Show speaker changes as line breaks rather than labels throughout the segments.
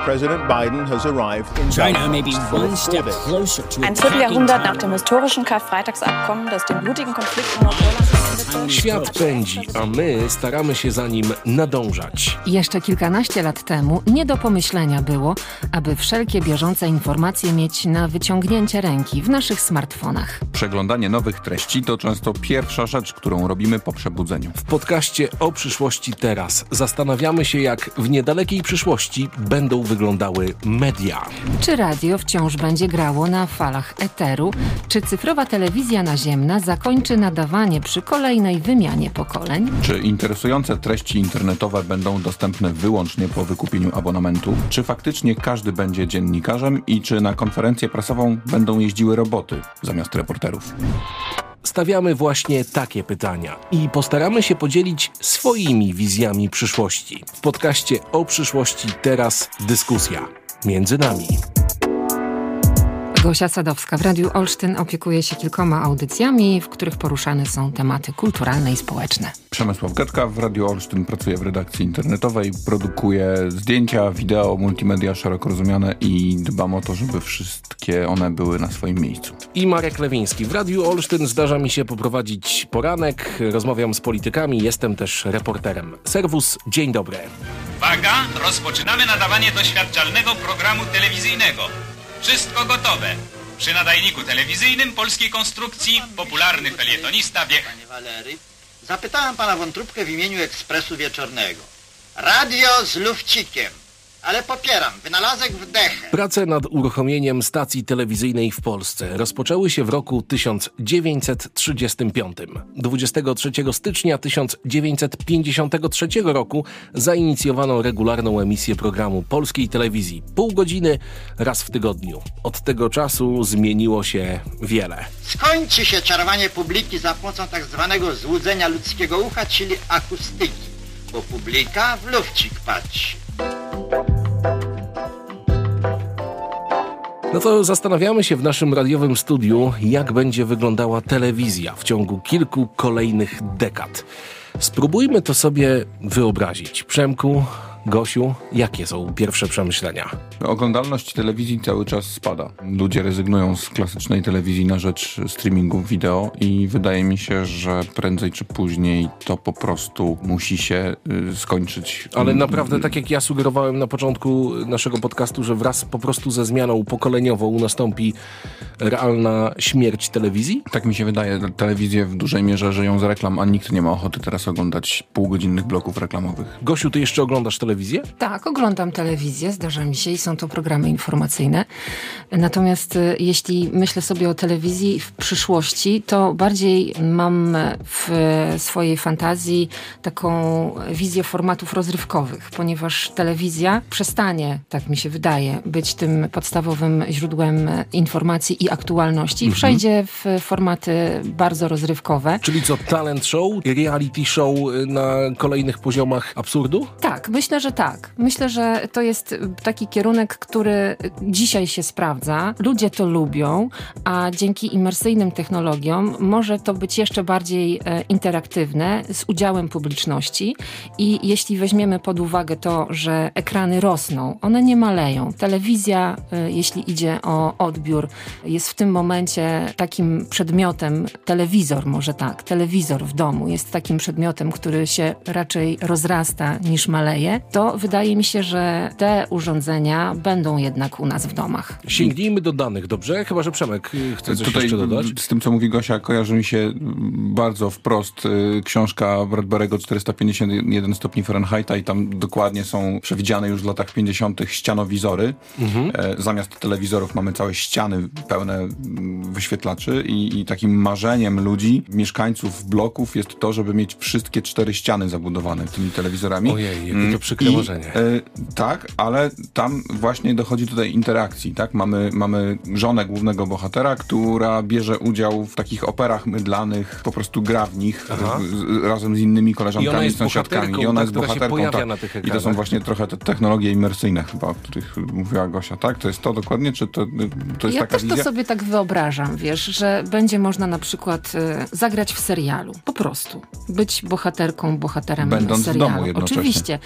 President Biden has arrived in
China may be one step closer to
Ein Vierteljahrhundert nach dem historischen Karfreitagsabkommen, das den blutigen Konflikt in Nordirland beendete.
Świat pędzi, a my staramy się za nim nadążać.
Jeszcze kilkanaście lat temu nie do pomyślenia było, aby wszelkie bieżące informacje mieć na wyciągnięcie ręki w naszych smartfonach.
Przeglądanie nowych treści to często pierwsza rzecz, którą robimy po przebudzeniu.
W podcaście o przyszłości teraz zastanawiamy się, jak w niedalekiej przyszłości będą wyglądały media.
Czy radio wciąż będzie grało na falach eteru? Czy cyfrowa telewizja naziemna zakończy nadawanie przy kolejnej wymianie pokoleń?
Czy interesujące treści internetowe będą dostępne wyłącznie po wykupieniu abonamentu? Czy faktycznie każdy będzie dziennikarzem i czy na konferencję prasową będą jeździły roboty zamiast reporterów?
Stawiamy właśnie takie pytania i postaramy się podzielić swoimi wizjami przyszłości. W podcaście o przyszłości teraz dyskusja między nami.
Gosia Sadowska w Radiu Olsztyn opiekuje się kilkoma audycjami, w których poruszane są tematy kulturalne i społeczne.
Przemysław Gaczka w Radiu Olsztyn pracuje w redakcji internetowej, produkuje zdjęcia, wideo, multimedia szeroko rozumiane i dbam o to, żeby wszystkie one były na swoim miejscu.
I Marek Lewiński. W Radiu Olsztyn zdarza mi się poprowadzić poranek, rozmawiam z politykami, jestem też reporterem. Serwus, dzień dobry.
Uwaga, rozpoczynamy nadawanie doświadczalnego programu telewizyjnego. Wszystko gotowe. Przy nadajniku telewizyjnym polskiej konstrukcji popularny felietonista Wiech.
Panie Walery, zapytałem pana Wątróbkę w imieniu Ekspresu Wieczornego. Radio z lufcikiem. Ale popieram, wynalazek w dechę.
Prace nad uruchomieniem stacji telewizyjnej w Polsce rozpoczęły się w roku 1935. 23 stycznia 1953 roku zainicjowano regularną emisję programu polskiej telewizji. Pół godziny raz w tygodniu. Od tego czasu zmieniło się wiele.
Skończy się czarowanie publiki za pomocą tak zwanego złudzenia ludzkiego ucha, czyli akustyki. Bo publika w lufcik patrzy.
No to zastanawiamy się w naszym radiowym studiu, jak będzie wyglądała telewizja w ciągu kilku kolejnych dekad. Spróbujmy to sobie wyobrazić. Przemku, Gosiu, jakie są pierwsze przemyślenia?
Oglądalność telewizji cały czas spada. Ludzie rezygnują z klasycznej telewizji na rzecz streamingów wideo i wydaje mi się, że prędzej czy później to po prostu musi się skończyć.
Ale naprawdę, tak jak ja sugerowałem na początku naszego podcastu, że wraz po prostu ze zmianą pokoleniową nastąpi realna śmierć telewizji?
Tak mi się wydaje. Telewizje w dużej mierze żyją z reklam, a nikt nie ma ochoty teraz oglądać półgodzinnych bloków reklamowych.
Gosiu, ty jeszcze oglądasz telewizję?
Tak, oglądam telewizję, zdarza mi się i są to programy informacyjne. Natomiast jeśli myślę sobie o telewizji w przyszłości, to bardziej mam w swojej fantazji taką wizję formatów rozrywkowych, ponieważ telewizja przestanie, tak mi się wydaje, być tym podstawowym źródłem informacji i aktualności i przejdzie w formaty bardzo rozrywkowe.
Czyli co, talent show, reality show na kolejnych poziomach absurdu?
Tak, myślę, że tak. Myślę, że to jest taki kierunek, który dzisiaj się sprawdza. Ludzie to lubią, a dzięki imersyjnym technologiom może to być jeszcze bardziej interaktywne, z udziałem publiczności. I jeśli weźmiemy pod uwagę to, że ekrany rosną, one nie maleją. Telewizja, jeśli idzie o odbiór, jest w tym momencie takim przedmiotem, telewizor może tak, telewizor w domu jest takim przedmiotem, który się raczej rozrasta niż maleje, to wydaje mi się, że te urządzenia będą jednak u nas w domach.
Sięgnijmy do danych, dobrze? Chyba że Przemek chce coś jeszcze dodać.
Z tym, co mówi Gosia, kojarzy mi się bardzo wprost książka Bradbury'ego 451 stopni Fahrenheita i tam dokładnie są przewidziane już w latach 50. ścianowizory. Zamiast telewizorów mamy całe ściany pełne wyświetlaczy i takim marzeniem ludzi, mieszkańców bloków jest to, żeby mieć wszystkie 4 ściany zabudowane tymi telewizorami.
Ojej, jakie to przykre marzenie.
Tak, ale tam właśnie dochodzi do tej interakcji, tak? Mamy żonę głównego bohatera, która bierze udział w takich operach mydlanych, po prostu gra w nich razem z innymi koleżankami, sąsiadkami. I ona jest bohaterką. I to są właśnie trochę te technologie imersyjne chyba, o których mówiła Gosia, tak? To jest to dokładnie? Czy to jest taka wizja?
Ja też to sobie tak wyobrażam, wiesz, że będzie można na przykład zagrać w serialu. Po prostu. Być bohaterką, bohaterem
będąc
serialu.
w domu jednocześnie.
Oczywiście. Zresztą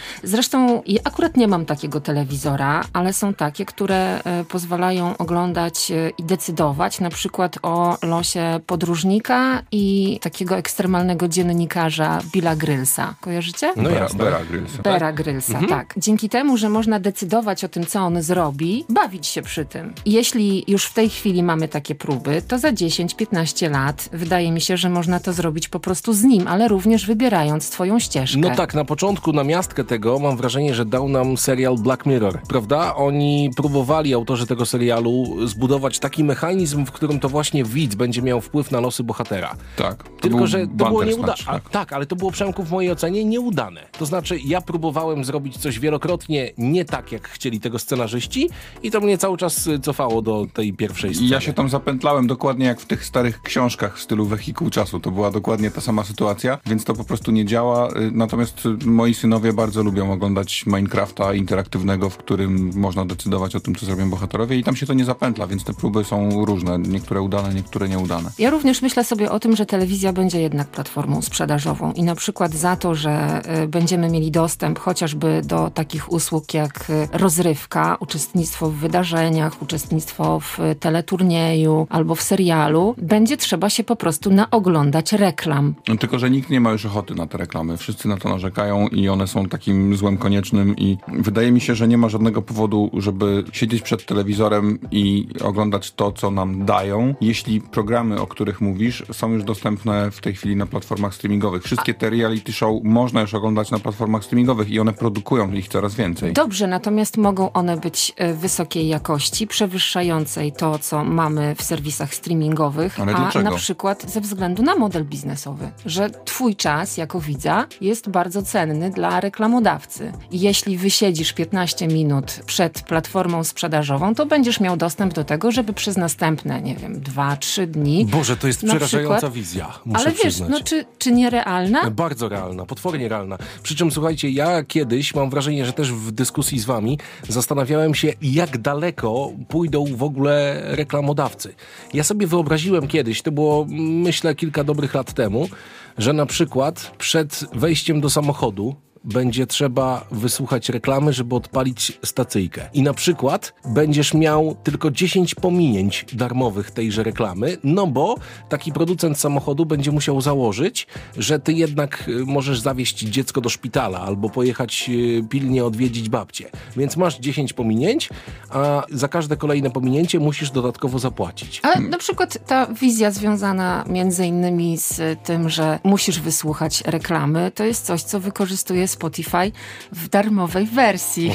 Zresztą ja akurat nie mam takiego telewizora, ale są takie, które pozwalają oglądać i decydować na przykład o losie podróżnika i takiego ekstremalnego dziennikarza Billa Grylsa. Kojarzycie?
No jasne.
Beara Grylsa.
Beara Grylsa, tak. Dzięki temu, że można decydować o tym, co on zrobi, bawić się przy tym. I jeśli już w tej chwili mamy takie próby, to za 10-15 lat wydaje mi się, że można to zrobić po prostu z nim, ale również wybierając swoją ścieżkę.
No tak, na początku na miastkę tego mam wrażenie, że dał nam serial Black Mirror, prawda? Oni próbowali, autorzy tego serialu, zbudować taki mechanizm, w którym to właśnie widz będzie miał wpływ na losy bohatera.
Tak.
Tylko, że to było
nieudane.
Tak, ale to było, Przemku, w mojej ocenie nieudane. To znaczy, ja próbowałem zrobić coś wielokrotnie nie tak, jak chcieli tego scenarzyści i to mnie cały czas cofało do tej pierwszej sceny.
Ja się tam zapętlałem dokładnie jak w tych starych książkach w stylu Wehikuł Czasu. To była dokładnie ta sama sytuacja, więc to po prostu nie działa. Natomiast moi synowie bardzo lubią oglądać Minecrafta interaktywnego, w którym można decydować o tym, co zrobią bohaterowie i tam się to nie zapętla, więc te próby są różne. Niektóre udane, niektóre nieudane.
Ja również myślę sobie o tym, że telewizja będzie jednak platformą sprzedażową i na przykład za to, że będziemy mieli dostęp chociażby do takich usług jak rozrywka, uczestnictwo w wydarzeniach, uczestnictwo w teleturnieju albo w serialu, będzie trzeba się po prostu naoglądać reklam.
Tylko, że nikt nie ma już ochoty na te reklamy. Wszyscy na to narzekają i one są takim złem koniecznym i wydaje mi się, że nie ma żadnego powodu, żeby siedzieć przed telewizorem i oglądać to, co nam dają, jeśli programy, o których mówisz, są już dostępne w tej chwili na platformach streamingowych. Wszystkie te reality show można już oglądać na platformach streamingowych i one produkują ich coraz więcej.
Dobrze, natomiast mogą one być wysokiej jakości, przewyższającej to, co mamy w serwisach streamingowych,
ale
a
dlaczego?
Na przykład ze względu na model biznesowy, że twój czas jako widza jest bardzo cenny dla reklamodawcy. I jeśli wysiedzisz 15 minut przed platformą sprzedażową, to będziesz miał dostęp do tego, żeby przez następne, 2-3 dni...
Boże, to jest przerażająca wizja, muszę
ale wiesz,
przyznać.
czy nierealna?
Bardzo realna, potwornie realna. Przy czym, słuchajcie, ja kiedyś, mam wrażenie, że też w dyskusji z wami, zastanawiałem się, jak daleko pójdą w ogóle reklamodawcy. Ja sobie wyobraziłem kiedyś, to było, myślę, kilka dobrych lat temu, że na przykład przed wejściem do samochodu będzie trzeba wysłuchać reklamy, żeby odpalić stacyjkę. I na przykład będziesz miał tylko 10 pominięć darmowych tejże reklamy, no bo taki producent samochodu będzie musiał założyć, że ty jednak możesz zawieźć dziecko do szpitala albo pojechać pilnie odwiedzić babcię. Więc masz 10 pominięć, a za każde kolejne pominięcie musisz dodatkowo zapłacić.
A na przykład ta wizja związana między innymi z tym, że musisz wysłuchać reklamy, to jest coś, co wykorzystuje Spotify w darmowej wersji.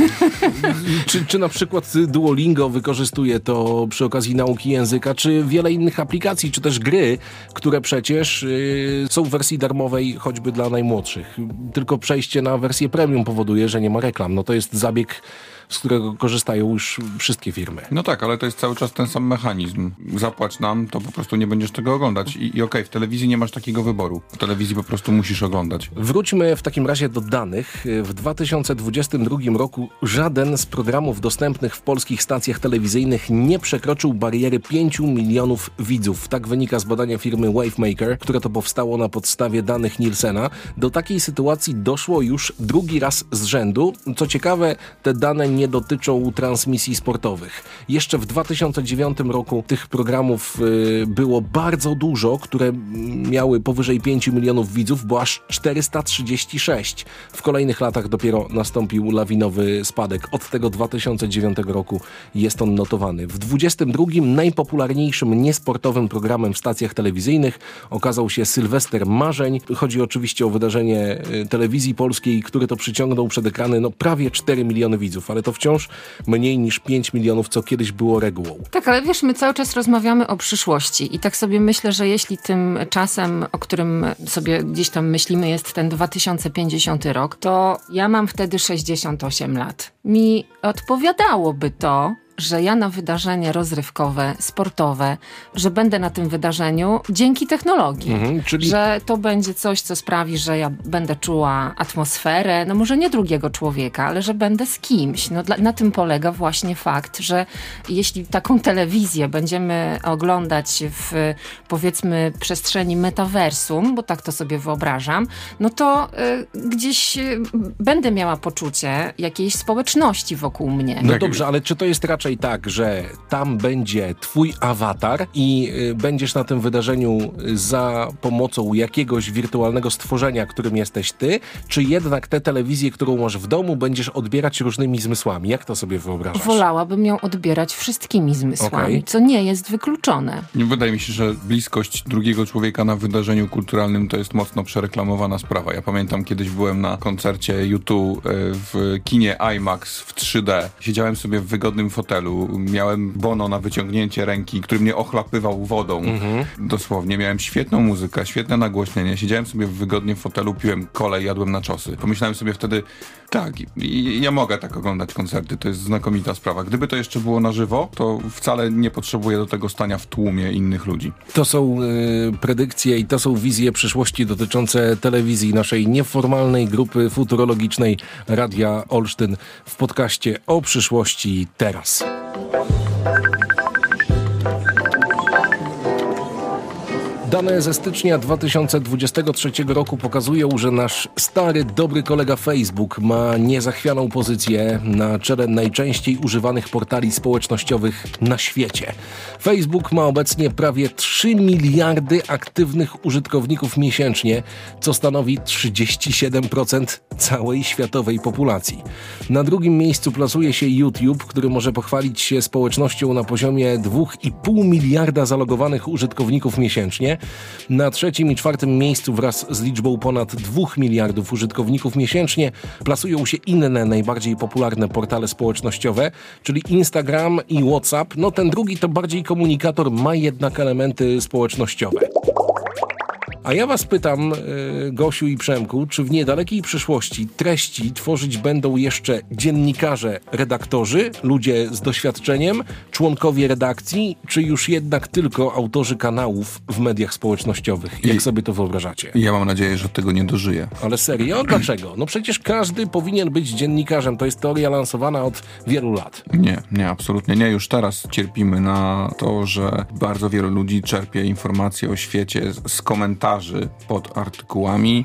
Czy na przykład Duolingo wykorzystuje to przy okazji nauki języka, czy wiele innych aplikacji, czy też gry, które przecież są w wersji darmowej choćby dla najmłodszych. Tylko przejście na wersję premium powoduje, że nie ma reklam. No to jest zabieg, z którego korzystają już wszystkie firmy.
No tak, ale to jest cały czas ten sam mechanizm. Zapłać nam, to po prostu nie będziesz tego oglądać. I okej, w telewizji nie masz takiego wyboru. W telewizji po prostu musisz oglądać.
Wróćmy w takim razie do danych. W 2022 roku żaden z programów dostępnych w polskich stacjach telewizyjnych nie przekroczył bariery 5 milionów widzów. Tak wynika z badania firmy Wavemaker, które to powstało na podstawie danych Nielsena. Do takiej sytuacji doszło już drugi raz z rzędu. Co ciekawe, te dane nie dotyczą transmisji sportowych. Jeszcze w 2009 roku tych programów było bardzo dużo, które miały powyżej 5 milionów widzów, bo aż 436. W kolejnych latach dopiero nastąpił lawinowy spadek. Od tego 2009 roku jest on notowany. W 22 najpopularniejszym niesportowym programem w stacjach telewizyjnych okazał się Sylwester Marzeń. Chodzi oczywiście o wydarzenie telewizji polskiej, który to przyciągnął przed ekrany prawie 4 miliony widzów, ale to wciąż mniej niż 5 milionów, co kiedyś było regułą.
Tak, ale wiesz, my cały czas rozmawiamy o przyszłości i tak sobie myślę, że jeśli tym czasem, o którym sobie gdzieś tam myślimy, jest ten 2050 rok, to ja mam wtedy 68 lat. Mi odpowiadałoby to, że ja na wydarzenie rozrywkowe, sportowe, że będę na tym wydarzeniu dzięki technologii.
Czyli
Że to będzie coś, co sprawi, że ja będę czuła atmosferę, no może nie drugiego człowieka, ale że będę z kimś. No na tym polega właśnie fakt, że jeśli taką telewizję będziemy oglądać w, powiedzmy, przestrzeni metaversum, bo tak to sobie wyobrażam, no to gdzieś będę miała poczucie jakiejś społeczności wokół mnie.
No dobrze, ale czy to jest raczej tak, że tam będzie twój awatar i będziesz na tym wydarzeniu za pomocą jakiegoś wirtualnego stworzenia, którym jesteś ty, czy jednak tę telewizję, którą masz w domu, będziesz odbierać różnymi zmysłami? Jak to sobie wyobrażasz?
Wolałabym ją odbierać wszystkimi zmysłami, co nie jest wykluczone.
Nie wydaje mi się, że bliskość drugiego człowieka na wydarzeniu kulturalnym to jest mocno przereklamowana sprawa. Ja pamiętam, kiedyś byłem na koncercie U2 w kinie IMAX w 3D. Siedziałem sobie w wygodnym fotelu, miałem Bono na wyciągnięcie ręki, który mnie ochlapywał wodą. Dosłownie. Miałem świetną muzykę, świetne nagłośnienie. Siedziałem sobie wygodnie w fotelu, piłem kolę, jadłem nachosy. Pomyślałem sobie wtedy, tak, ja mogę tak oglądać koncerty, to jest znakomita sprawa. Gdyby to jeszcze było na żywo, to wcale nie potrzebuję do tego stania w tłumie innych ludzi.
To są predykcje i to są wizje przyszłości dotyczące telewizji naszej nieformalnej grupy futurologicznej Radia Olsztyn w podcaście o przyszłości teraz. Dane ze stycznia 2023 roku pokazują, że nasz stary, dobry kolega Facebook ma niezachwianą pozycję na czele najczęściej używanych portali społecznościowych na świecie. Facebook ma obecnie prawie 3 miliardy aktywnych użytkowników miesięcznie, co stanowi 37% całej światowej populacji. Na drugim miejscu plasuje się YouTube, który może pochwalić się społecznością na poziomie 2,5 miliarda zalogowanych użytkowników miesięcznie. Na trzecim i czwartym miejscu wraz z liczbą ponad 2 miliardów użytkowników miesięcznie plasują się inne najbardziej popularne portale społecznościowe, czyli Instagram i WhatsApp. No ten drugi to bardziej komunikator, ma jednak elementy społecznościowe. A ja was pytam, Gosiu i Przemku, czy w niedalekiej przyszłości treści tworzyć będą jeszcze dziennikarze, redaktorzy, ludzie z doświadczeniem, członkowie redakcji, czy już jednak tylko autorzy kanałów w mediach społecznościowych? Jak sobie to wyobrażacie?
Ja mam nadzieję, że tego nie dożyję.
Ale serio? Dlaczego? No przecież każdy powinien być dziennikarzem. To jest teoria lansowana od wielu lat.
Nie, absolutnie nie. Już teraz cierpimy na to, że bardzo wielu ludzi czerpie informacje o świecie z komentarzy pod artykułami,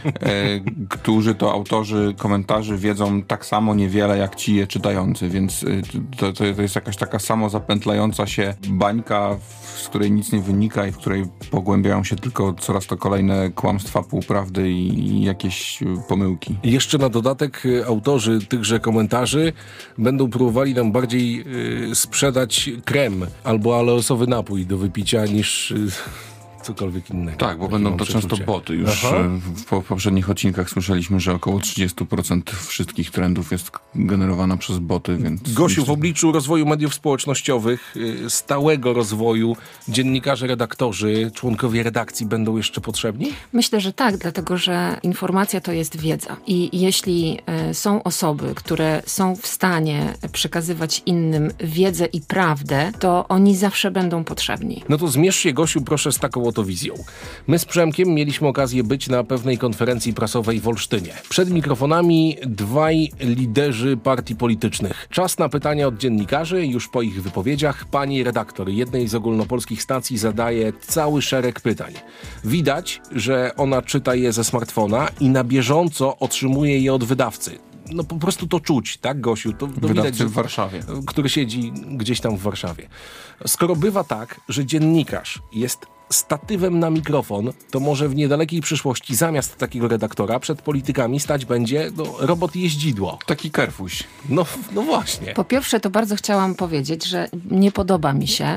którzy to autorzy komentarzy wiedzą tak samo niewiele jak ci je czytający, więc to jest jakaś taka samozapętlająca się bańka, z której nic nie wynika i w której pogłębiają się tylko coraz to kolejne kłamstwa, półprawdy i jakieś pomyłki.
Jeszcze na dodatek autorzy tychże komentarzy będą próbowali nam bardziej sprzedać krem albo aleosowy napój do wypicia niż cokolwiek innego.
Tak, bo będą to często boty. Już w poprzednich odcinkach słyszeliśmy, że około 30% wszystkich trendów jest generowana przez boty, więc...
Gosiu, w obliczu rozwoju mediów społecznościowych, stałego rozwoju, dziennikarze, redaktorzy, członkowie redakcji będą jeszcze potrzebni?
Myślę, że tak, dlatego że informacja to jest wiedza. I jeśli są osoby, które są w stanie przekazywać innym wiedzę i prawdę, to oni zawsze będą potrzebni.
No to zmierz się, Gosiu, proszę, z taką oto wizją. My z Przemkiem mieliśmy okazję być na pewnej konferencji prasowej w Olsztynie. Przed mikrofonami dwaj liderzy partii politycznych. Czas na pytania od dziennikarzy. Już po ich wypowiedziach pani redaktor jednej z ogólnopolskich stacji zadaje cały szereg pytań. Widać, że ona czyta je ze smartfona i na bieżąco otrzymuje je od wydawcy. No po prostu to czuć, tak, Gosiu? To widać,
w Warszawie.
Który siedzi gdzieś tam w Warszawie. Skoro bywa tak, że dziennikarz jest statywem na mikrofon, to może w niedalekiej przyszłości zamiast takiego redaktora przed politykami stać będzie robot jeździdło.
Taki Kerfuś.
No właśnie.
Po pierwsze, to bardzo chciałam powiedzieć, że nie podoba mi się,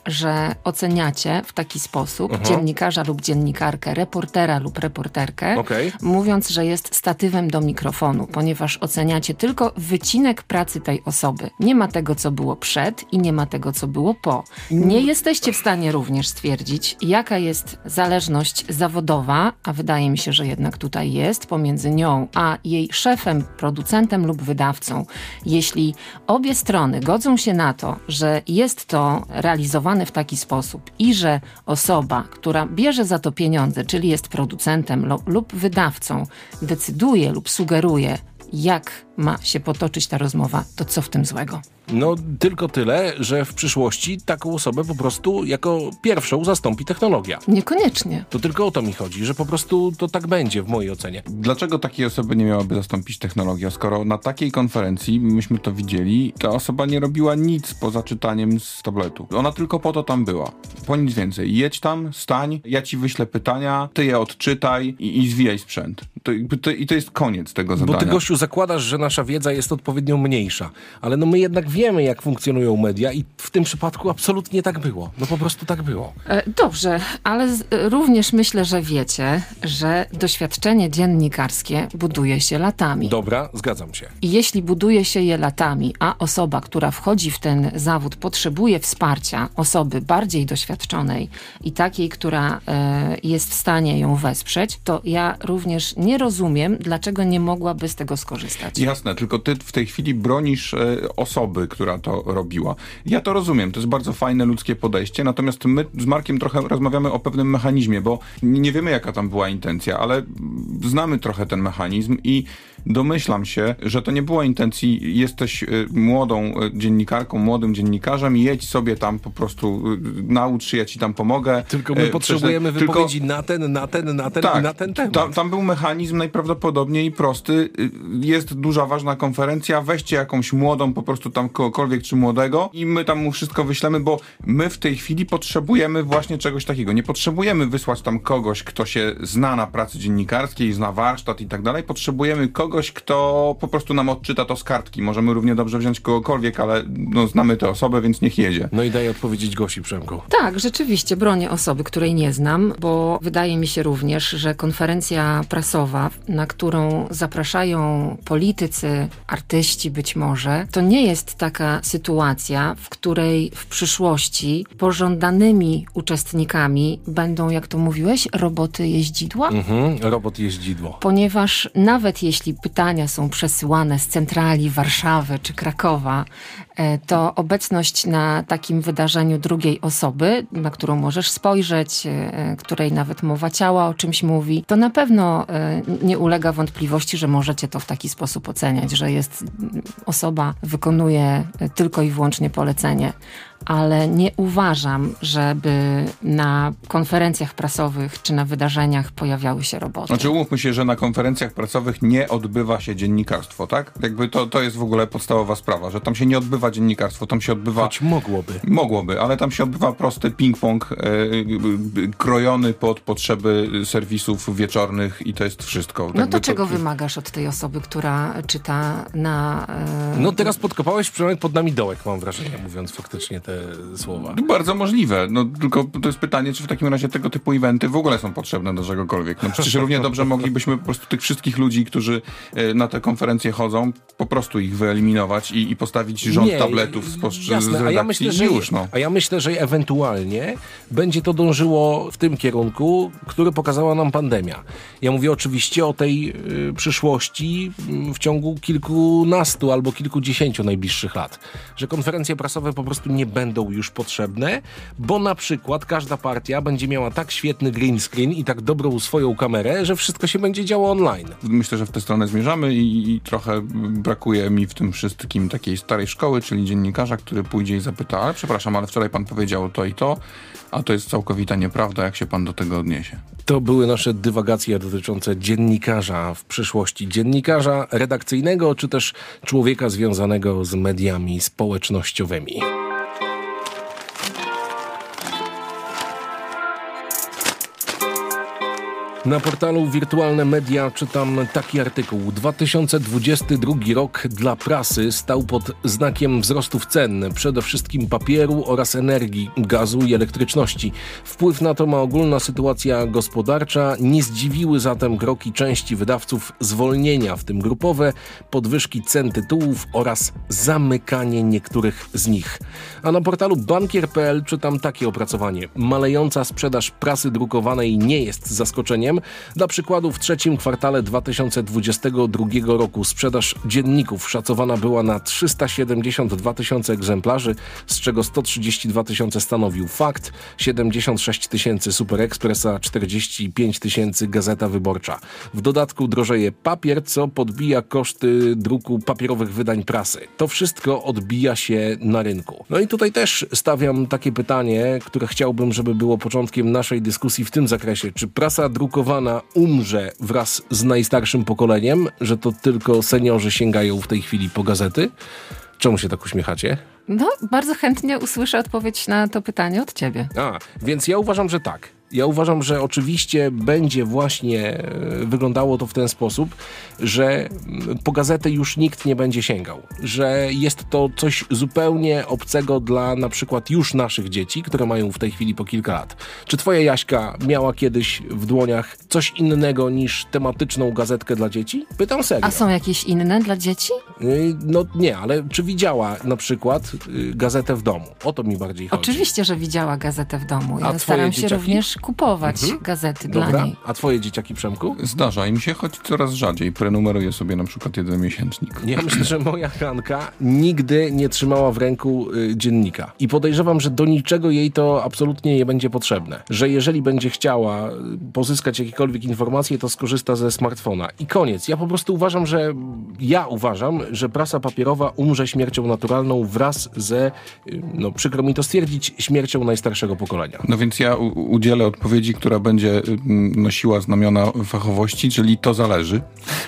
że oceniacie w taki sposób dziennikarza lub dziennikarkę, reportera lub reporterkę, mówiąc, że jest statywem do mikrofonu, ponieważ oceniacie tylko wycinek pracy tej osoby. Nie ma tego, co było przed i nie ma tego, co było po. Nie jesteście w stanie również stwierdzić, jaka jest zależność zawodowa, a wydaje mi się, że jednak tutaj jest, pomiędzy nią a jej szefem, producentem lub wydawcą. Jeśli obie strony godzą się na to, że jest to realizowane w taki sposób i że osoba, która bierze za to pieniądze, czyli jest producentem lub wydawcą, decyduje lub sugeruje, jak ma się potoczyć ta rozmowa, to co w tym złego?
No tylko tyle, że w przyszłości taką osobę po prostu jako pierwszą zastąpi technologia.
Niekoniecznie.
To tylko o to mi chodzi, że po prostu to tak będzie w mojej ocenie.
Dlaczego takiej osoby nie miałaby zastąpić technologia? Skoro na takiej konferencji, myśmy to widzieli, ta osoba nie robiła nic poza czytaniem z tabletu. Ona tylko po to tam była. Po nic więcej. Jedź tam, stań, ja ci wyślę pytania, ty je odczytaj i zwijaj sprzęt. I to jest koniec tego zadania.
Bo ty, gościu, zakładasz, że nasza wiedza jest odpowiednio mniejsza. Ale no my jednak wiemy, jak funkcjonują media i w tym przypadku absolutnie tak było. No po prostu tak było.
Dobrze, ale również myślę, że wiecie, że doświadczenie dziennikarskie buduje się latami.
Dobra, zgadzam się.
I jeśli buduje się je latami, a osoba, która wchodzi w ten zawód, potrzebuje wsparcia osoby bardziej doświadczonej i takiej, która jest w stanie ją wesprzeć, to ja również nie rozumiem, dlaczego nie mogłaby z tego skorzystać.
Jasne, tylko ty w tej chwili bronisz osoby, która to robiła. Ja to rozumiem, to jest bardzo fajne ludzkie podejście, natomiast my z Markiem trochę rozmawiamy o pewnym mechanizmie, bo nie wiemy, jaka tam była intencja, ale znamy trochę ten mechanizm i domyślam się, że to nie było intencji, jesteś młodą dziennikarką, młodym dziennikarzem, jedź sobie tam po prostu, naucz się, ja ci tam pomogę.
Tylko my potrzebujemy wypowiedzi na ten
tak,
i na ten temat.
Tam był mechanizm najprawdopodobniej prosty. Jest duża, ważna konferencja, weźcie jakąś młodą, po prostu tam kogokolwiek czy młodego i my tam mu wszystko wyślemy, bo my w tej chwili potrzebujemy właśnie czegoś takiego. Nie potrzebujemy wysłać tam kogoś, kto się zna na pracy dziennikarskiej, zna warsztat i tak dalej. Potrzebujemy kogoś, kto po prostu nam odczyta to z kartki. Możemy równie dobrze wziąć kogokolwiek, ale no, znamy tę osobę, więc niech jedzie.
No i daj odpowiedzieć Gosi, Przemku.
Tak, rzeczywiście bronię osoby, której nie znam, bo wydaje mi się również, że konferencja prasowa, na którą zapraszają politycy, artyści być może, to nie jest taka sytuacja, w której w przyszłości pożądanymi uczestnikami będą, jak to mówiłeś, roboty jeździdła?
Robot jeździdło.
Ponieważ nawet jeśli pytania są przesyłane z centrali Warszawy czy Krakowa, to obecność na takim wydarzeniu drugiej osoby, na którą możesz spojrzeć, której nawet mowa ciała o czymś mówi, to na pewno nie ulega wątpliwości, że możecie to w taki sposób oceniać, że jest osoba, wykonuje tylko i wyłącznie polecenie. Ale nie uważam, żeby na konferencjach prasowych czy na wydarzeniach pojawiały się roboty.
Znaczy umówmy się, że na konferencjach prasowych nie odbywa się dziennikarstwo, tak? Jakby to jest w ogóle podstawowa sprawa, że tam się nie odbywa dziennikarstwo, tam się odbywa...
Choć mogłoby.
Mogłoby, ale tam się odbywa prosty ping-pong krojony pod potrzeby serwisów wieczornych i to jest wszystko.
No to czego wymagasz od tej osoby, która czyta na...
No teraz podkopałeś, Przemek, pod nami dołek, mam wrażenie, mówiąc faktycznie te słowa.
Bardzo możliwe. No tylko to jest pytanie, czy w takim razie tego typu eventy w ogóle są potrzebne do czegokolwiek. No przecież równie dobrze moglibyśmy po prostu tych wszystkich ludzi, którzy na te konferencje chodzą, po prostu ich wyeliminować i postawić rząd tabletów z redakcji.
A ja myślę, że ewentualnie będzie to dążyło w tym kierunku, który pokazała nam pandemia. Ja mówię oczywiście o tej przyszłości w ciągu kilkunastu albo kilkudziesięciu najbliższych lat. Że konferencje prasowe po prostu nie będą już potrzebne, bo na przykład każda partia będzie miała tak świetny green screen i tak dobrą swoją kamerę, że wszystko się będzie działo online.
Myślę, że w tę stronę zmierzamy i trochę brakuje mi w tym wszystkim takiej starej szkoły, czyli dziennikarza, który pójdzie i zapyta, ale przepraszam, ale wczoraj pan powiedział to i to, a to jest całkowita nieprawda, jak się pan do tego odniesie.
To były nasze dywagacje dotyczące dziennikarza w przyszłości. Dziennikarza redakcyjnego, czy też człowieka związanego z mediami społecznościowymi. Na portalu Wirtualne Media czytam taki artykuł. 2022 rok dla prasy stał pod znakiem wzrostów cen, przede wszystkim papieru oraz energii, gazu i elektryczności. Wpływ na to ma ogólna sytuacja gospodarcza. Nie zdziwiły zatem kroki części wydawców zwolnienia, w tym grupowe, podwyżki cen tytułów oraz zamykanie niektórych z nich. A na portalu bankier.pl czytam takie opracowanie. Malejąca sprzedaż prasy drukowanej nie jest zaskoczeniem. Dla przykładu w trzecim kwartale 2022 roku sprzedaż dzienników szacowana była na 372 tysiące egzemplarzy, z czego 132 tysiące stanowił Fakt, 76 tysięcy Super Express, a 45 tysięcy Gazeta Wyborcza. W dodatku drożeje papier, co podbija koszty druku papierowych wydań prasy. To wszystko odbija się na rynku. No i tutaj też stawiam takie pytanie, które chciałbym, żeby było początkiem naszej dyskusji w tym zakresie. Czy prasa drukowana umrze wraz z najstarszym pokoleniem, że to tylko seniorzy sięgają w tej chwili po gazety? Czemu się tak uśmiechacie?
No, bardzo chętnie usłyszę odpowiedź na to pytanie od ciebie.
Więc ja uważam, że tak. Ja uważam, że oczywiście będzie właśnie wyglądało to w ten sposób, że po gazetę już nikt nie będzie sięgał. Że jest to coś zupełnie obcego dla na przykład już naszych dzieci, które mają w tej chwili po kilka lat. Czy twoja Jaśka miała kiedyś w dłoniach coś innego niż tematyczną gazetkę dla dzieci? Pytam serio.
A są jakieś inne dla dzieci?
No nie, ale czy widziała na przykład gazetę w domu? O to mi bardziej chodzi.
Oczywiście, że widziała gazetę w domu. Ja
A
staram się
dzieciaki?
również kupować gazety
Dobra.
dla niej.
A twoje dzieciaki, Przemku?
Zdarza im się, choć coraz rzadziej. Prenumeruję sobie na przykład jeden miesięcznik.
Ja myślę, że moja Hanka nigdy nie trzymała w ręku dziennika. I podejrzewam, że do niczego jej to absolutnie nie będzie potrzebne. Że jeżeli będzie chciała pozyskać jakiekolwiek informacje, to skorzysta ze smartfona. I koniec. Ja po prostu uważam, że prasa papierowa umrze śmiercią naturalną wraz ze, przykro mi to stwierdzić, śmiercią najstarszego pokolenia.
No więc ja udzielę odpowiedzi, która będzie nosiła znamiona fachowości, czyli to zależy.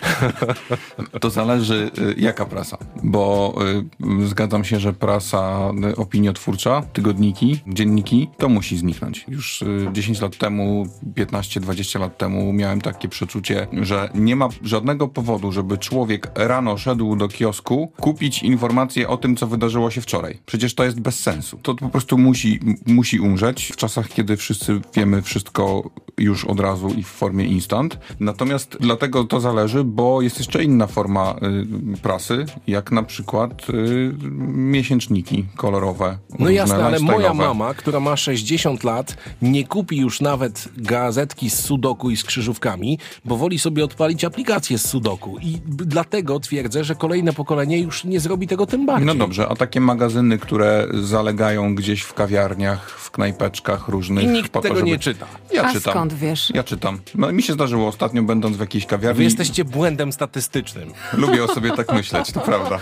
To zależy jaka prasa, bo zgadzam się, że prasa opiniotwórcza, tygodniki, dzienniki, to musi zniknąć. Już 10 lat temu, 15-20 lat temu miałem takie przeczucie, że nie ma żadnego powodu, żeby człowiek rano szedł do kiosku kupić informacje o tym, co wydarzyło się wczoraj. Przecież to jest bez sensu. To po prostu musi umrzeć w czasach, kiedy wszyscy wiemy wszystko już od razu i w formie instant. Natomiast dlatego to zależy, bo jest jeszcze inna forma prasy, jak na przykład miesięczniki kolorowe.
No jasne, ale moja mama, która ma 60 lat, nie kupi już nawet gazetki z sudoku i z krzyżówkami, bo woli sobie odpalić aplikację z sudoku. I dlatego twierdzę, że kolejne pokolenie już nie zrobi tego tym bardziej.
No dobrze, a takie magazyny, które zalegają gdzieś w kawiarniach, w knajpeczkach różnych.
I nikt tego nie czyta.
Ja czytam.
Skąd wiesz?
Ja czytam. No mi się zdarzyło ostatnio, będąc w jakiejś kawiarni.
Wy jesteście błędem statystycznym.
Lubię o sobie tak myśleć, to prawda.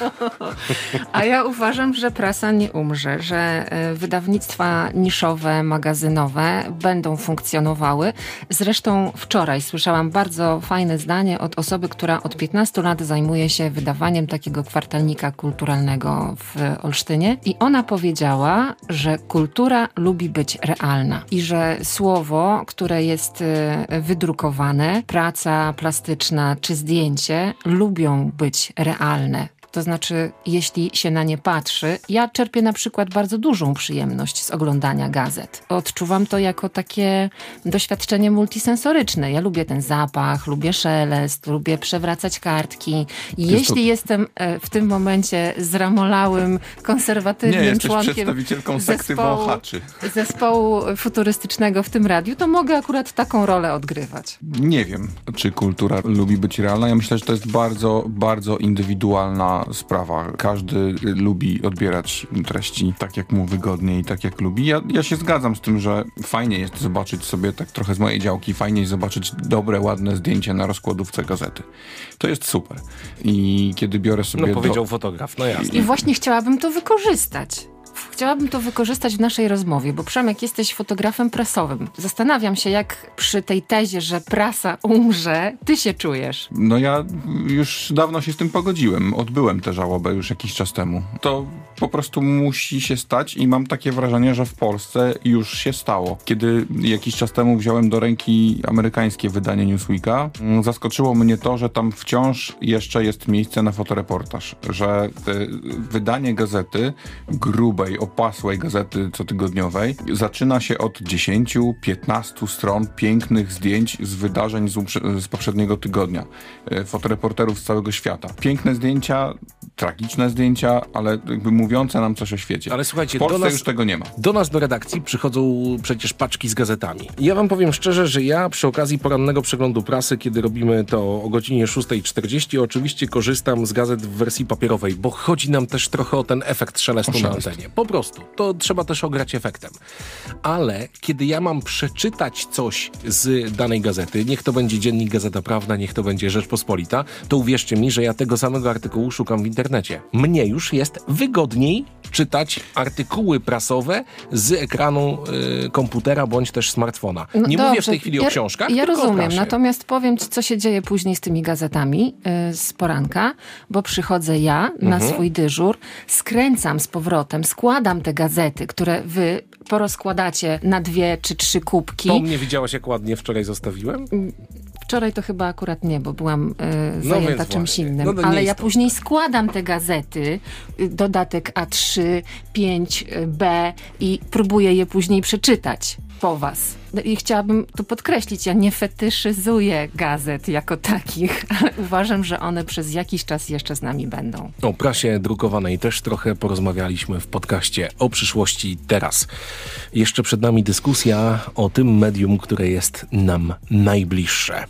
A ja uważam, że prasa nie umrze, że wydawnictwa niszowe, magazynowe będą funkcjonowały. Zresztą wczoraj słyszałam bardzo fajne zdanie od osoby, która od 15 lat zajmuje się wydawaniem takiego kwartalnika kulturalnego w Olsztynie i ona powiedziała, że kultura lubi być realna i że słowo, które jest wydrukowane, praca plastyczna czy zdjęcie lubią być realne. To znaczy, jeśli się na nie patrzy, ja czerpię na przykład bardzo dużą przyjemność z oglądania gazet. Odczuwam to jako takie doświadczenie multisensoryczne. Ja lubię ten zapach, lubię szelest, lubię przewracać kartki. Jeśli jestem w tym momencie zramolałym, konserwatywnym członkiem
przedstawicielką sekty wąchaczy.
Zespołu futurystycznego w tym radiu, to mogę akurat taką rolę odgrywać.
Nie wiem, czy kultura lubi być realna. Ja myślę, że to jest bardzo, bardzo indywidualna sprawa. Każdy lubi odbierać treści tak, jak mu wygodnie i tak, jak lubi. Ja się zgadzam z tym, że fajnie jest zobaczyć sobie, tak trochę z mojej działki, fajnie jest zobaczyć dobre, ładne zdjęcie na rozkładówce gazety. To jest super. I kiedy biorę sobie...
powiedział fotograf, no jasne.
I właśnie chciałabym to wykorzystać. chciałabym to wykorzystać w naszej rozmowie, bo Przemek, jesteś fotografem prasowym. Zastanawiam się, jak przy tej tezie, że prasa umrze, ty się czujesz.
No ja już dawno się z tym pogodziłem. Odbyłem tę żałobę już jakiś czas temu. To po prostu musi się stać i mam takie wrażenie, że w Polsce już się stało. Kiedy jakiś czas temu wziąłem do ręki amerykańskie wydanie Newsweeka, zaskoczyło mnie to, że tam wciąż jeszcze jest miejsce na fotoreportaż. Że wydanie gazety, grubej, opasłej gazety cotygodniowej, zaczyna się od 10-15 stron pięknych zdjęć z wydarzeń z poprzedniego tygodnia. Fotoreporterów z całego świata. Piękne zdjęcia, tragiczne zdjęcia, ale jakby mówiące nam coś o świecie.
Ale słuchajcie,
w Polsce już tego nie ma.
Do nas do redakcji przychodzą przecież paczki z gazetami. Ja wam powiem szczerze, że ja przy okazji porannego przeglądu prasy, kiedy robimy to o godzinie 6:40, oczywiście korzystam z gazet w wersji papierowej, bo chodzi nam też trochę o ten efekt szelestu na antenie. Po prostu. To trzeba też ograć efektem. Ale kiedy ja mam przeczytać coś z danej gazety, niech to będzie Dziennik Gazeta Prawna, niech to będzie Rzeczpospolita, to uwierzcie mi, że ja tego samego artykułu szukam w internecie. Mnie już jest wygodniej czytać artykuły prasowe z ekranu komputera bądź też smartfona. Nie mówię w tej chwili o książkach,
ja
tylko
rozumiem,
o prasie.
natomiast powiem ci, co się dzieje później z tymi gazetami z poranka, bo przychodzę ja na swój dyżur, skręcam z powrotem, składam te gazety, które wy porozkładacie na 2 czy 3 kubki.
To mnie widziałaś, jak ładnie wczoraj zostawiłem?
Wczoraj to chyba akurat nie, bo byłam zajęta czymś
właśnie.
innym.
No
ale ja później składam te gazety, dodatek A3, 5B i próbuję je później przeczytać po was. I chciałabym tu podkreślić, ja nie fetyszyzuję gazet jako takich, ale uważam, że one przez jakiś czas jeszcze z nami będą.
O prasie drukowanej też trochę porozmawialiśmy w podcaście o przyszłości teraz. Jeszcze przed nami dyskusja o tym medium, które jest nam najbliższe.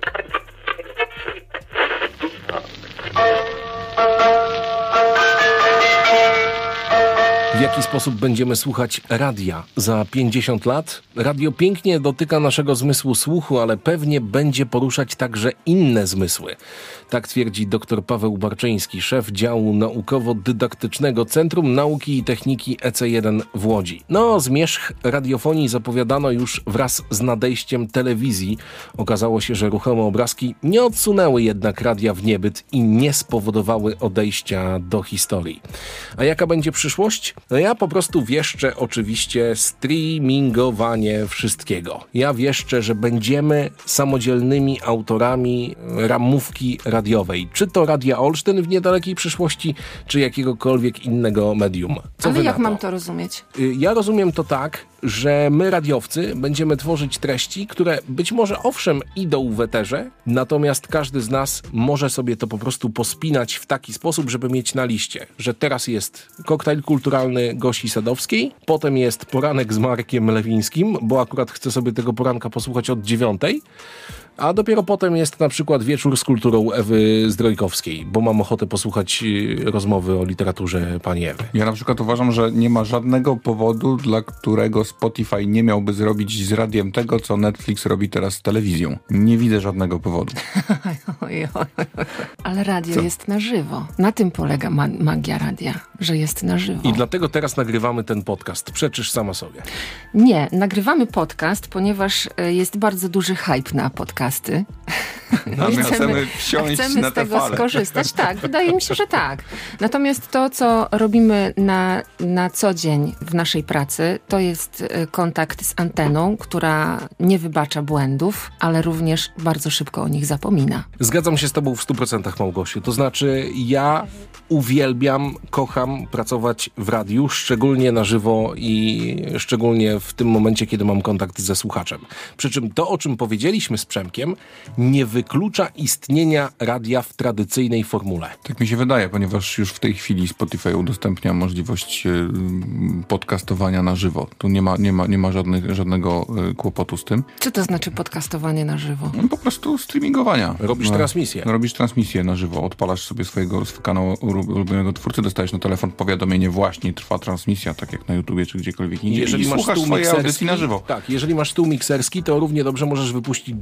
W jaki sposób będziemy słuchać radia za 50 lat? Radio pięknie dotyka naszego zmysłu słuchu, ale pewnie będzie poruszać także inne zmysły. Tak twierdzi dr Paweł Barczyński, szef działu naukowo-dydaktycznego Centrum Nauki i Techniki EC1 w Łodzi. No, zmierzch radiofonii zapowiadano już wraz z nadejściem telewizji. Okazało się, że ruchome obrazki nie odsunęły jednak radia w niebyt i nie spowodowały odejścia do historii. A jaka będzie przyszłość? No ja po prostu wieszczę oczywiście streamingowanie wszystkiego. Ja wieszczę, że będziemy samodzielnymi autorami ramówki radiowej. Czy to Radia Olsztyn w niedalekiej przyszłości, czy jakiegokolwiek innego medium. Co
ale
wy
jak
na to?
mam to rozumieć?
Ja rozumiem to tak, że my radiowcy będziemy tworzyć treści, które być może owszem idą w eterze, natomiast każdy z nas może sobie to po prostu pospinać w taki sposób, żeby mieć na liście, że teraz jest koktajl kulturalny Gosi Sadowskiej, potem jest poranek z Markiem Lewińskim, bo akurat chcę sobie tego poranka posłuchać od 9:00, a dopiero potem jest na przykład wieczór z kulturą Ewy Zdrojkowskiej, bo mam ochotę posłuchać rozmowy o literaturze pani Ewy.
Ja na przykład uważam, że nie ma żadnego powodu, dla którego Spotify nie miałby zrobić z radiem tego, co Netflix robi teraz z telewizją. Nie widzę żadnego powodu.
Ale radio jest na żywo. Na tym polega magia radia, że jest na żywo.
I dlatego teraz nagrywamy ten podcast. Przeczysz sama sobie.
Nie, nagrywamy podcast, ponieważ jest bardzo duży hype na podcasty.
A my chcemy wsiąść
chcemy
na
z
tę
tego
falę.
skorzystać. Tak, wydaje mi się, że tak. Natomiast to, co robimy na co dzień w naszej pracy, to jest kontakt z anteną, która nie wybacza błędów, ale również bardzo szybko o nich zapomina.
Zgadzam się z tobą w 100%, Małgosiu. To znaczy, ja uwielbiam, kocham pracować w radiu, szczególnie na żywo i szczególnie w tym momencie, kiedy mam kontakt ze słuchaczem. Przy czym to, o czym powiedzieliśmy z Przemkiem, nie wyklucza istnienia radia w tradycyjnej formule.
Tak mi się wydaje, ponieważ już w tej chwili Spotify udostępnia możliwość podcastowania na żywo. Tu nie ma żadnego kłopotu z tym.
Co to znaczy podcastowanie na żywo?
No, po prostu streamingowania.
Robisz transmisję.
Robisz transmisję na żywo. Odpalasz sobie swojego kanału ulubionego twórcy, dostajesz na telefon powiadomienie, właśnie trwa transmisja, tak jak na YouTubie czy gdziekolwiek indziej.
Jeżeli
i
masz
słuchasz
stół
swojej
mikserski,
audycji na żywo.
Tak, jeżeli masz stół mikserski, to równie dobrze możesz wypuścić dżingiel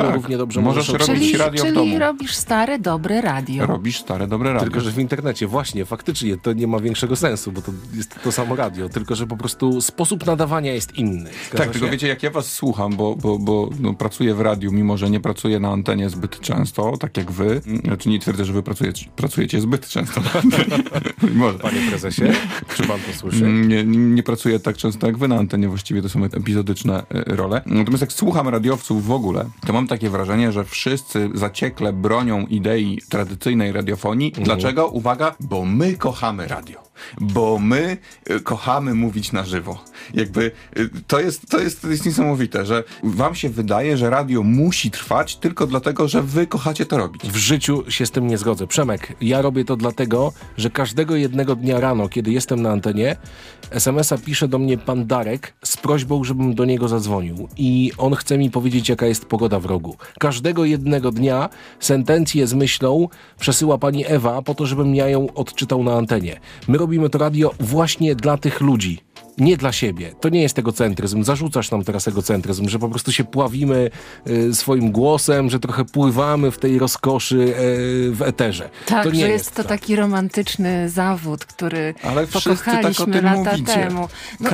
ale równie dobrze
możesz robić radio w domu.
Czyli robisz stare, dobre radio.
Robisz stare, dobre radio.
Tylko że w internecie, właśnie, faktycznie to nie ma większego sensu, bo to jest to samo radio, tylko że po prostu sposób nadawania jest inny.
Tak, tylko wiecie, jak ja was słucham, bo pracuję w radiu, mimo że nie pracuję na antenie zbyt często, tak jak wy. Znaczy nie twierdzę, że wy pracujecie zbyt często na antenie.
Panie prezesie, czy pan to słyszy?
Nie pracuję tak często jak wy na antenie, właściwie to są epizodyczne role. Natomiast jak słucham radiowców w ogóle, to mam takie wrażenie, że wszyscy zaciekle bronią idei tradycyjnej radiofonii. Dlaczego? Uwaga, bo my kochamy radio. Bo my kochamy mówić na żywo. Jakby to jest niesamowite, że wam się wydaje, że radio musi trwać tylko dlatego, że wy kochacie to robić.
W życiu się z tym nie zgodzę. Przemek, ja robię to dlatego, że każdego jednego dnia rano, kiedy jestem na antenie, SMS-a pisze do mnie pan Darek z prośbą, żebym do niego zadzwonił. I on chce mi powiedzieć, jaka jest pogoda w rogu. Każdego jednego dnia sentencję z myślą przesyła pani Ewa po to, żebym ja ją odczytał na antenie. My robimy to radio właśnie dla tych ludzi. Nie dla siebie. To nie jest egocentryzm. Zarzucasz nam teraz egocentryzm, że po prostu się pławimy swoim głosem, że trochę pływamy w tej rozkoszy w eterze.
Tak,
to nie
że jest to taki romantyczny zawód, który
ale
pokochaliśmy
tak o tym
lata
mówicie.
temu. No,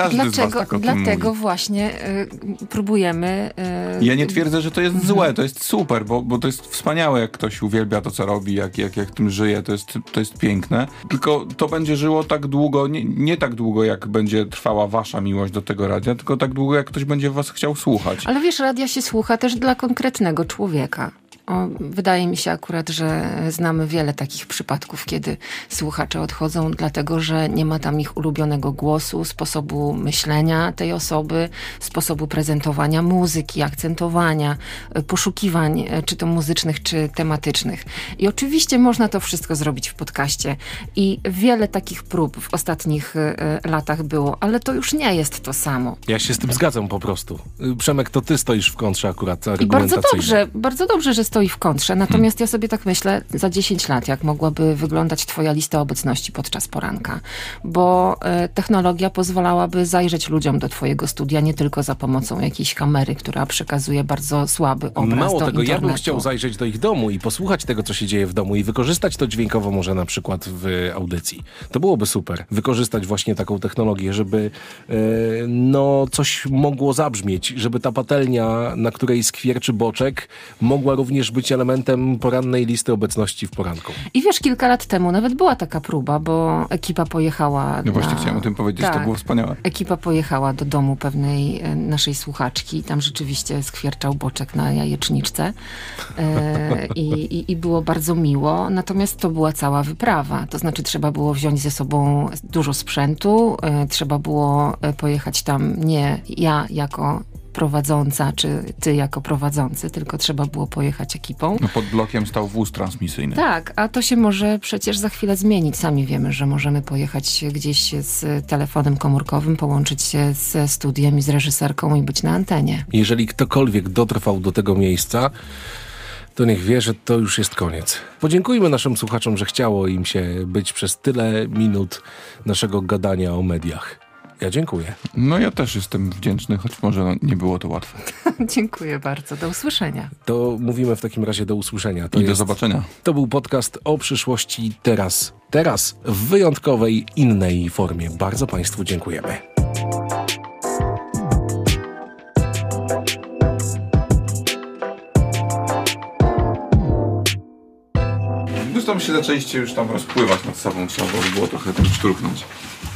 dlatego właśnie próbujemy...
Ja nie twierdzę, że to jest złe, to jest super, bo to jest wspaniałe, jak ktoś uwielbia to, co robi, jak tym żyje, to jest piękne. Tylko to będzie żyło tak długo, nie tak długo, jak będzie trwała wasza miłość do tego radia, tylko tak długo, jak ktoś będzie was chciał słuchać.
Ale wiesz, radia się słucha też dla konkretnego człowieka. Wydaje mi się akurat, że znamy wiele takich przypadków, kiedy słuchacze odchodzą dlatego, że nie ma tam ich ulubionego głosu, sposobu myślenia tej osoby, sposobu prezentowania muzyki, akcentowania, poszukiwań, czy to muzycznych, czy tematycznych. I oczywiście można to wszystko zrobić w podcaście i wiele takich prób w ostatnich latach było, ale to już nie jest to samo.
Ja się z tym zgadzam po prostu. Przemek, to ty stoisz w kontrze akurat
I bardzo dobrze, że stoi w kontrze. Natomiast ja sobie tak myślę, za 10 lat, jak mogłaby wyglądać twoja lista obecności podczas poranka. Bo technologia pozwalałaby zajrzeć ludziom do twojego studia nie tylko za pomocą jakiejś kamery, która przekazuje bardzo słaby obraz
Mało
do
tego,
internetu.
ja bym chciał zajrzeć do ich domu i posłuchać tego, co się dzieje w domu i wykorzystać to dźwiękowo może na przykład w audycji. To byłoby super. Wykorzystać właśnie taką technologię, żeby coś mogło zabrzmieć, żeby ta patelnia, na której skwierczy boczek, mogła również być elementem porannej listy obecności w poranku.
I wiesz, kilka lat temu nawet była taka próba, bo ekipa pojechała...
No właśnie chciałem o tym powiedzieć, to było wspaniałe.
Ekipa pojechała do domu pewnej naszej słuchaczki, tam rzeczywiście skwierczał boczek na jajeczniczce i było bardzo miło, natomiast to była cała wyprawa, to znaczy trzeba było wziąć ze sobą dużo sprzętu, trzeba było pojechać tam nie ja jako prowadząca, czy ty jako prowadzący, tylko trzeba było pojechać ekipą.
No pod blokiem stał wóz transmisyjny.
Tak, a to się może przecież za chwilę zmienić. Sami wiemy, że możemy pojechać gdzieś z telefonem komórkowym, połączyć się ze studiem i z reżyserką i być na antenie.
Jeżeli ktokolwiek dotrwał do tego miejsca, to niech wie, że to już jest koniec. Podziękujmy naszym słuchaczom, że chciało im się być przez tyle minut naszego gadania o mediach. Ja dziękuję.
No ja też jestem wdzięczny, choć może nie było to łatwe.
Dziękuję bardzo. Do usłyszenia.
To mówimy w takim razie do usłyszenia.
Do zobaczenia.
To był podcast o przyszłości teraz. Teraz w wyjątkowej, innej formie. Bardzo Państwu dziękujemy.
Już tam się zaczęliście już tam rozpływać nad sobą, trzeba było trochę tym szturchnąć.